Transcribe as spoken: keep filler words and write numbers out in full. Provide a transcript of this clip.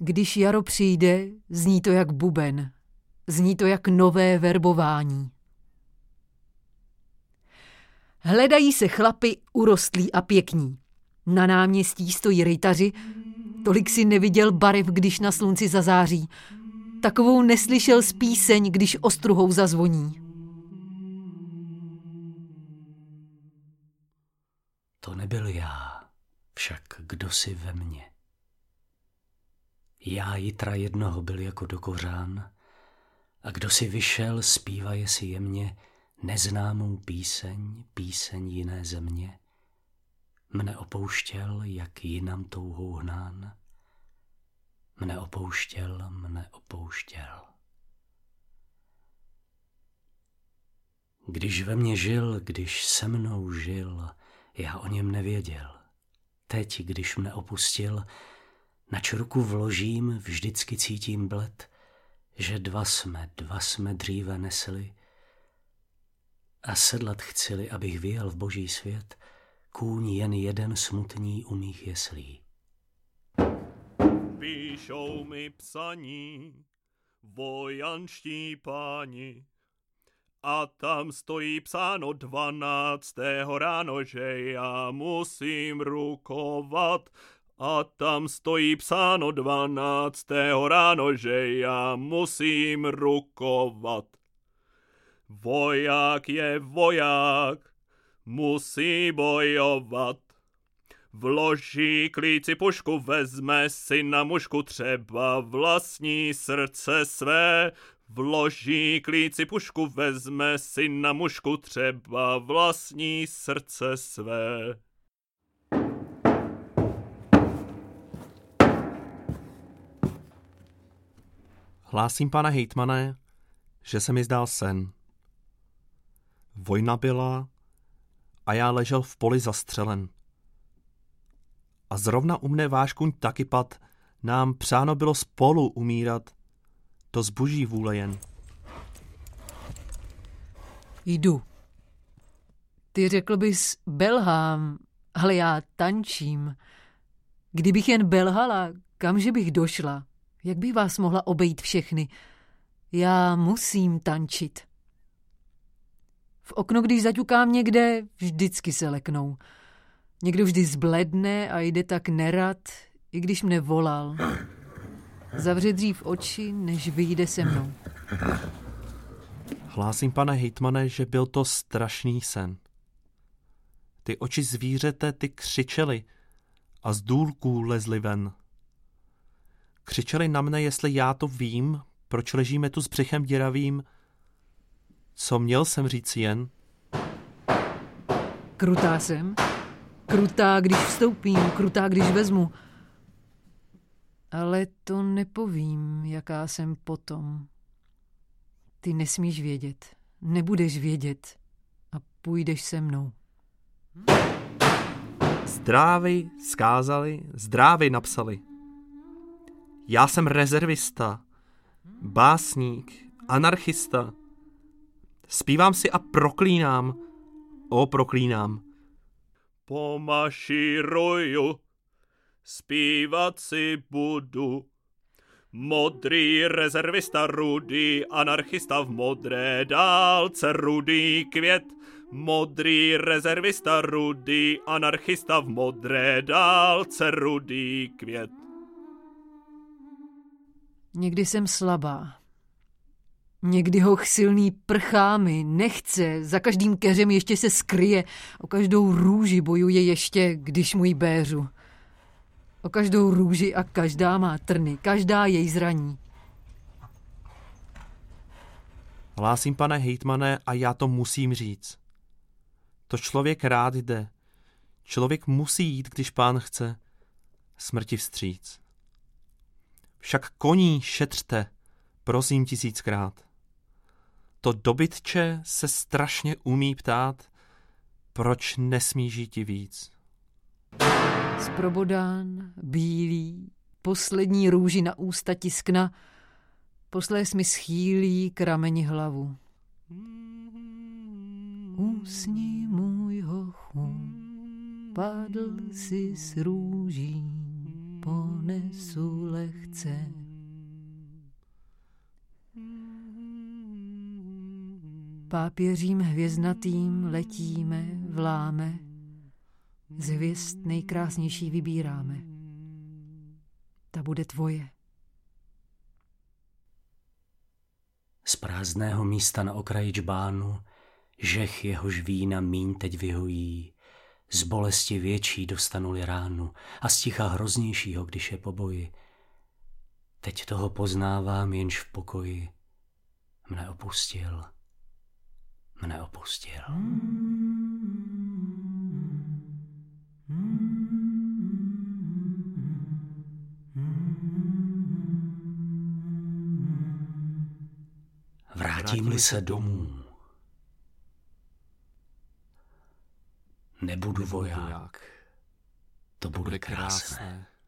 Když jaro přijde, zní to jak buben. Zní to jak nové verbování. Hledají se chlapi urostlí a pěkní. Na náměstí stojí rytaři, tolik si neviděl barev, když na slunci zazáří. Takovou neslyšel z píseň, když ostruhou zazvoní. To nebyl já, však kdosi ve mně. Já jitra jednoho byl jako do kořán, a kdosi vyšel, zpívaje si jemně neznámou píseň, píseň jiné země. Mne opouštěl, jak jinam touhou hnán. Mne opouštěl, mne opouštěl. Když ve mně žil, když se mnou žil, já o něm nevěděl. Teď, když mne opustil, nač ruku vložím, vždycky cítím bled, že dva jsme, dva jsme dříve nesli a sedlat chcili, abych vyjel v boží svět, kůň jen jeden smutný u mých jeslí. Píšou mi psaní, vojanští páni, a tam stojí psáno dvanáctého ráno, že já musím rukovat. A tam stojí psáno dvanáctého ráno, že já musím rukovat. Voják je voják, musí bojovat. Vloží klíci pušku, vezme si na mušku třeba vlastní srdce své. Vloží klíci pušku, vezme si na mušku třeba vlastní srdce své. Hlásím, pane hejtmane, že se mi zdál sen. Vojna byla a já ležel v poli zastřelen. A zrovna u mne váš kuň taky pad, nám přáno bylo spolu umírat, to z boží vůle jen. Jdu. Ty řekl bys belhám, ale já tančím. Kdybych jen belhala, kamže bych došla? Jak bych vás mohla obejít všechny? Já musím tančit. V okno, když zaťukám někde, vždycky se leknou. Někdo vždy zbledne a jde tak nerad, i když mne volal. Zavře dřív oči, než vyjde se mnou. Hlásím, pane hejtmane, že byl to strašný sen. Ty oči zvířete, ty křičely a z důlků lezly ven. Křičeli na mne, jestli já to vím, proč ležíme tu s břichem děravým. Co měl jsem říct jen? Krutá jsem. Krutá, když vstoupím, krutá, když vezmu. Ale to nepovím, jaká jsem potom. Ty nesmíš vědět, nebudeš vědět a půjdeš se mnou. Zdrávy zkázali, zdrávy napsali. Já jsem rezervista, básník, anarchista. Zpívám si a proklínám, o proklínám. Pomašíruju, zpívat si budu. Modrý rezervista, rudý anarchista v modré dálce, rudý květ. Modrý rezervista, rudý anarchista v modré dálce, rudý květ. Někdy jsem slabá. Někdy hoch silný prchá mi, nechce, za každým keřem ještě se skryje, o každou růži bojuje ještě, když můj béřu. O každou růži a každá má trny, každá jej zraní. Hlásím, pane hejtmane, a já to musím říct. To člověk rád jde. Člověk musí jít, když pán chce. Smrti vstříc. Však koní šetřte, prosím tisíckrát. To dobytče se strašně umí ptát, proč nesmí žíti víc. Zprobodán, bílý, poslední růži na ústa tiskna, posléz mi schýlí k rameni hlavu. Usni, můj hochu, padl si s růží. ponesu lehce. Pápěřím hvězdnatým letíme, vláme, z hvězd nejkrásnější vybíráme. Ta bude tvoje. Z prázdného místa na okraji džbánu žeh jehož vína míň teď vyhojí, z bolesti větší dostanuli ránu a z ticha hroznějšího, když je po boji. Teď toho poznávám, jenž v pokoji mne opustil, mne opustil. Vrátím-li se domů, nebudu voják, to bude krásné.